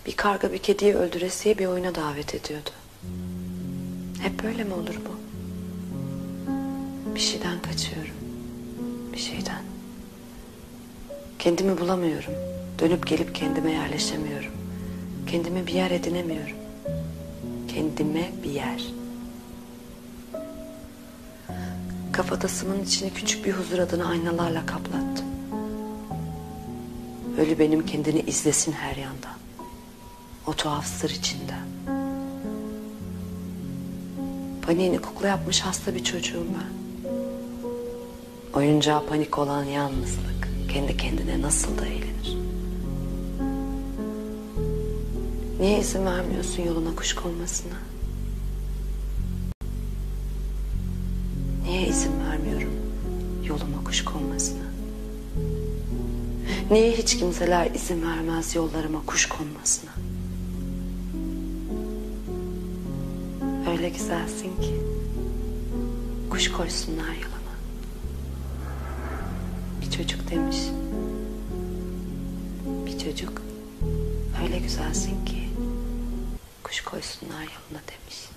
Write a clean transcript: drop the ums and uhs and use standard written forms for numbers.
Bir karga bir kediyi öldüresiye bir oyuna davet ediyordu. Hep böyle mi olur bu? Bir şeyden kaçıyorum. Bir şeyden. Kendimi bulamıyorum. Dönüp gelip kendime yerleşemiyorum. Kendime bir yer edinemiyorum. Kendime bir yer. Kafatasımın içini küçük bir huzur adına aynalarla kaplattım. Ölü benim kendini izlesin her yandan. O tuhaf sır içinde. Paniğini kukla yapmış hasta bir çocuğum ben. Oyuncağa panik olan yalnızlık kendi kendine nasıl da eğlenir. Niye izin vermiyorsun yoluna kuş konmasına? Niye izin vermiyorum yoluma kuş konmasına? Niye hiç kimseler izin vermez yollarıma kuş konmasına? Öyle güzelsin ki kuş koysunlar yoluma. Bir çocuk demiş. Bir çocuk öyle güzelsin ki kuş koysunlar yoluna demiş.